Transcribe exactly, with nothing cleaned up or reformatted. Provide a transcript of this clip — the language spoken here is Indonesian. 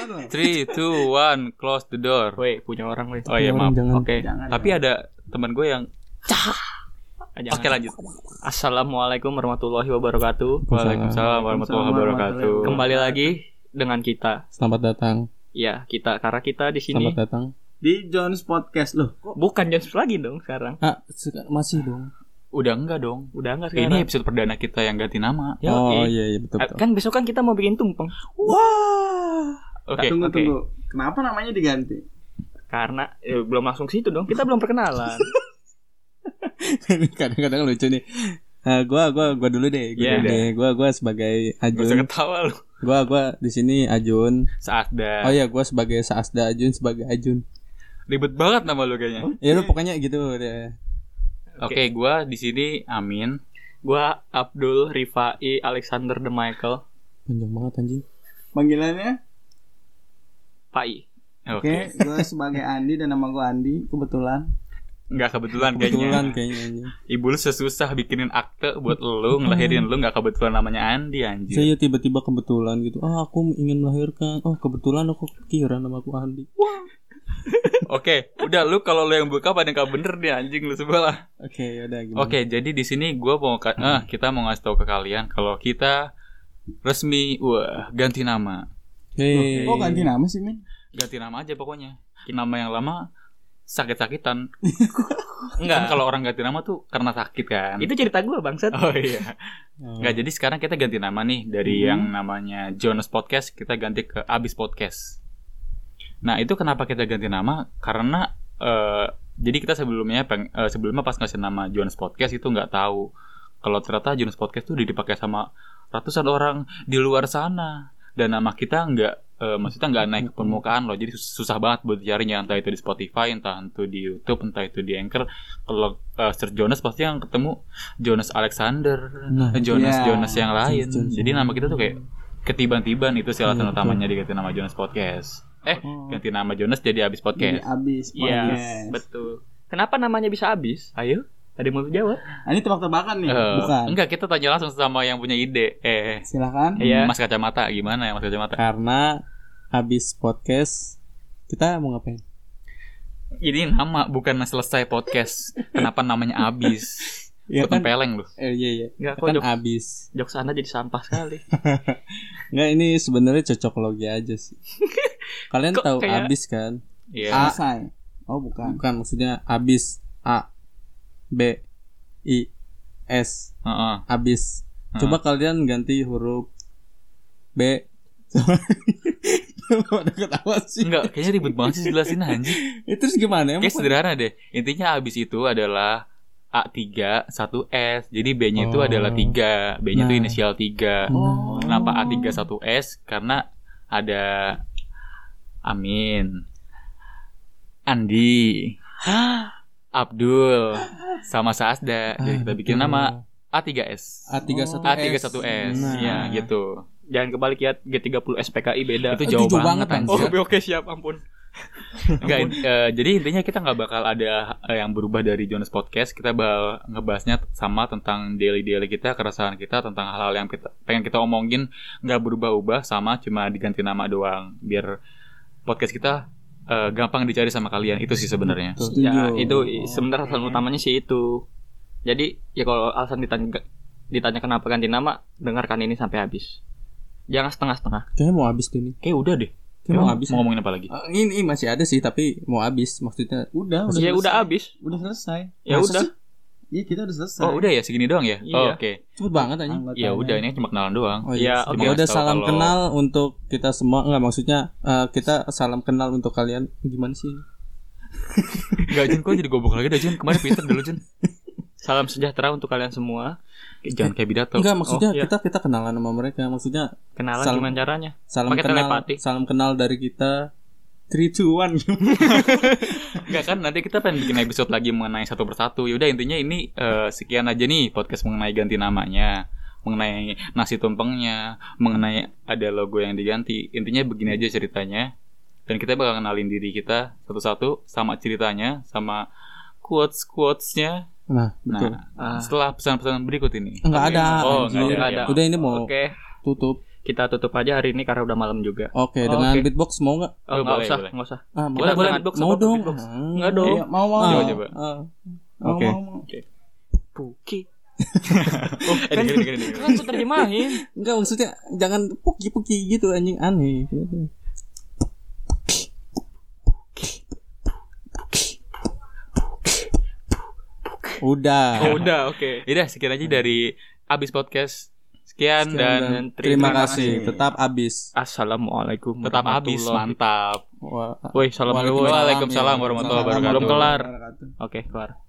three, two, one, close the door. Woi, punya orang woi. Oh iya maaf. Jangan. Oke. Jangan, Tapi jangan. ada teman gue yang Jangan. Oke lanjut. Assalamualaikum warahmatullahi wabarakatuh. Waalaikumsalam warahmatullahi wabarakatuh. Kembali lagi dengan kita. Selamat datang. Ya, kita karena kita di sini. Selamat datang. Di Jones Podcast loh. Kok Bukan Jones lagi dong sekarang. Ah, sek- masih dong. Udah enggak dong. Udah enggak sekarang. Ini episode perdana kita yang ganti nama. Yo, Oh eh. iya iya betul Eh, betul. Kan besok kan kita mau bikin tumpeng. wah. Oke. tunggu oke. tunggu. Kenapa namanya diganti? Karena eh, belum langsung situ dong. Kita belum perkenalan. Kadang-kadang lucu nih. Nah, gua gua gua dulu deh. Gua Iya. dulu deh. Gua gua sebagai Gak usah Ajun. ketawa lu. Gua gua di sini Ajun. Saasda. Oh iya, gua sebagai Saasda, Ajun sebagai Ajun. Ribet banget nama lu kayaknya. Ya lu pokoknya gitu deh. Oke, gua di sini Amin. Gua Abdul Rifai Alexander De Michael Panjang banget anjing. Panggilannya? Pai. Oke. Oke, gue sebagai Andi dan nama gue Andi kebetulan. Enggak kebetulan Kebetulan kayaknya. kayaknya anjing. Ibu lu susah bikinin akte buat lu ngelahirin lu, enggak kebetulan namanya Andi anjir. Saya tiba-tiba kebetulan gitu. Ah, aku ingin melahirkan. Oh, kebetulan aku kira nama aku Andi. Oke, udah lu kalau lu yang buka pada enggak bener nih anjing lu sebelah. Oke, udah gimana? Oke, jadi di sini gua mau ka- eh, kita mau ngasih tahu ke kalian kalau kita resmi wah ganti nama. Hey. Oh ganti nama sih Min? Ganti nama aja pokoknya. Nama yang lama sakit-sakitan. Enggak. Kan kalau orang ganti nama tuh karena sakit kan. Itu cerita gua bangsat. Oh iya. Oh. Enggak, jadi sekarang kita ganti nama nih dari Hmm. yang namanya Jonas Podcast kita ganti ke Abis Podcast. Nah, itu kenapa kita ganti nama? Karena eh, jadi kita sebelumnya peng, eh, sebelumnya pas ngasih nama Jonas Podcast itu nggak tahu kalau ternyata Jonas Podcast tuh udah dipakai sama ratusan orang di luar sana dan nama kita nggak eh, maksudnya nggak naik ke permukaan loh. Jadi sus- susah banget buat carinya, entah itu di Spotify, entah itu di YouTube, entah itu di Anchor. Kalau eh, search Jonas pasti yang ketemu Jonas Alexander, Nah, Jonas iya. Jonas yang lain. Jonas. Jadi nama kita tuh kayak ketiban-tiban, itu sih alasan Iya, betul. utamanya diganti nama Jonas Podcast. Eh, Oh. ganti nama Jonas jadi Abis Jadi Podcast. abis Iya, podcast. betul. Kenapa namanya bisa habis? Ayo, ada yang mau jawab? Ah, ini tebak-tebakan nih. Eh, Bukan. Enggak, kita tanya langsung sama yang punya ide. Eh, Silakan. Iya. Mas Kacamata, gimana ya Mas Kacamata? Karena habis podcast kita mau ngapain? Ini nama bukan selesai podcast. Kenapa namanya Abis? Ya Ikutan kan? peleng lu. Eh, iya iya. Enggak, kok Kan jok, habis. jok sana jadi sampah sekali. Enggak, ini sebenarnya cocok logi aja sih. Kalian Kok tahu kayak- habis kan? Iya. A. Selesai. Oh bukan. Bukan, maksudnya habis. A B I S. Heeh. Habis. Heeh. Coba kalian ganti huruf B. Ada ketawa sih. Enggak, kayaknya ribet banget sih jelasin anjing. Itu terus gimana? Emang Kayak sederhana deh. Intinya Abis itu adalah A tiga satu S. Jadi B-nya itu Oh. adalah tiga. B-nya itu Nah. inisial tiga. Oh. Kenapa A tiga satu S? Karena ada Amin, Andi, Abdul, sama Saasda. Jadi kita bikin nama A tiga S. A tiga satu S. A tiga satu S. Nah. Ya gitu. Jangan kebalik ya, G tiga puluh S P K I beda. Itu Itu jauh, jauh banget, banget, anjir. Oh, oke siap, ampun. Enggak, eh, jadi intinya kita nggak bakal ada eh, yang berubah dari Jonas Podcast. Kita bakal ngebahasnya t- sama tentang daily-daily kita, keresahan kita, tentang hal-hal yang kita pengen kita omongin, nggak berubah-ubah, sama cuma diganti nama doang biar podcast kita eh, gampang dicari sama kalian. Itu sih sebenarnya. Ya, Setuju. itu sebenarnya alasan utamanya sih itu. Jadi, ya kalau alasan ditanya ditanya kenapa ganti nama, dengarkan ini sampai habis. Jangan setengah-setengah. Kayaknya mau habis tuh nih. Kayak udah deh. Kayaknya mau Emang habis. mau ngomongin apa lagi? Ah, ini, ini masih ada sih, tapi mau habis maksudnya. Udah, udah Ya selesai. udah habis. Udah selesai. Ya Masa udah. sih? Iya, kita udah selesai. Oh udah ya segini doang ya? Iya. Oh, Oke. Cepet banget aja. Anggotanya. Ya udah, ini cuma kenalan doang. Oh Ya, iya. oke. Ya udah, Cuma salam kalau- kenal untuk kita semua. Enggak, maksudnya eh, kita salam kenal untuk kalian. Gimana sih? Enggak, Jun, kok jadi goblok lagi dah, Jun. Kemarin pinter dulu, Jun. Salam sejahtera untuk kalian semua. Jangan kayak pidato. Enggak, maksudnya Oh, iya. kita kita kenalan sama mereka. Maksudnya Kenalan Salam- gimana caranya? salam Pakai kenal, telepati. salam kenal dari kita. three two one. Enggak kan, nanti kita pengen bikin episode lagi mengenai satu persatu. Yaudah, intinya ini eh, sekian aja nih podcast mengenai ganti namanya, mengenai nasi tumpengnya, mengenai ada logo yang diganti. Intinya begini aja ceritanya. Dan kita bakal kenalin diri kita satu-satu, sama ceritanya, sama quotes-quotesnya. Nah, betul. Nah, setelah pesan-pesan berikut ini. Enggak ada. Oh, anjir. enggak ada. ada. Udah, ini mau Oke. tutup. kita tutup aja hari ini karena udah malam juga. Oke, Oh, dengan oke. beatbox mau nggak? Oh, enggak boleh, usah, boleh. enggak usah. Ah, mau. Boleh, boleh Jangan- beatbox Mau apa, dong. beatbox? Ah. Enggak dong. Iya, mau mau. Ah, Coba, coba. ah. Mau, Oke. mau, mau. Puki. Oh, eh, dengerin, dengerin, dengerin. Kan aku terjemahin. Enggak, maksudnya jangan puki-puki gitu anjing, aneh. Udah. Oh, udah, oke. Yaudah, sekian aja dari Abis Podcast. Sekian, Sekian dan, dan terima terima kasih. kasih. Tetap abis. Assalamualaikum. tetap Abis, warahmatullahi- mantap. Wah, Woi, salam dulu. woi. Waalaikumsalam. Waalaikumsalam warahmatullahi Belum wabarakatuh. kelar. Wabarakatuh. Oke, kelar.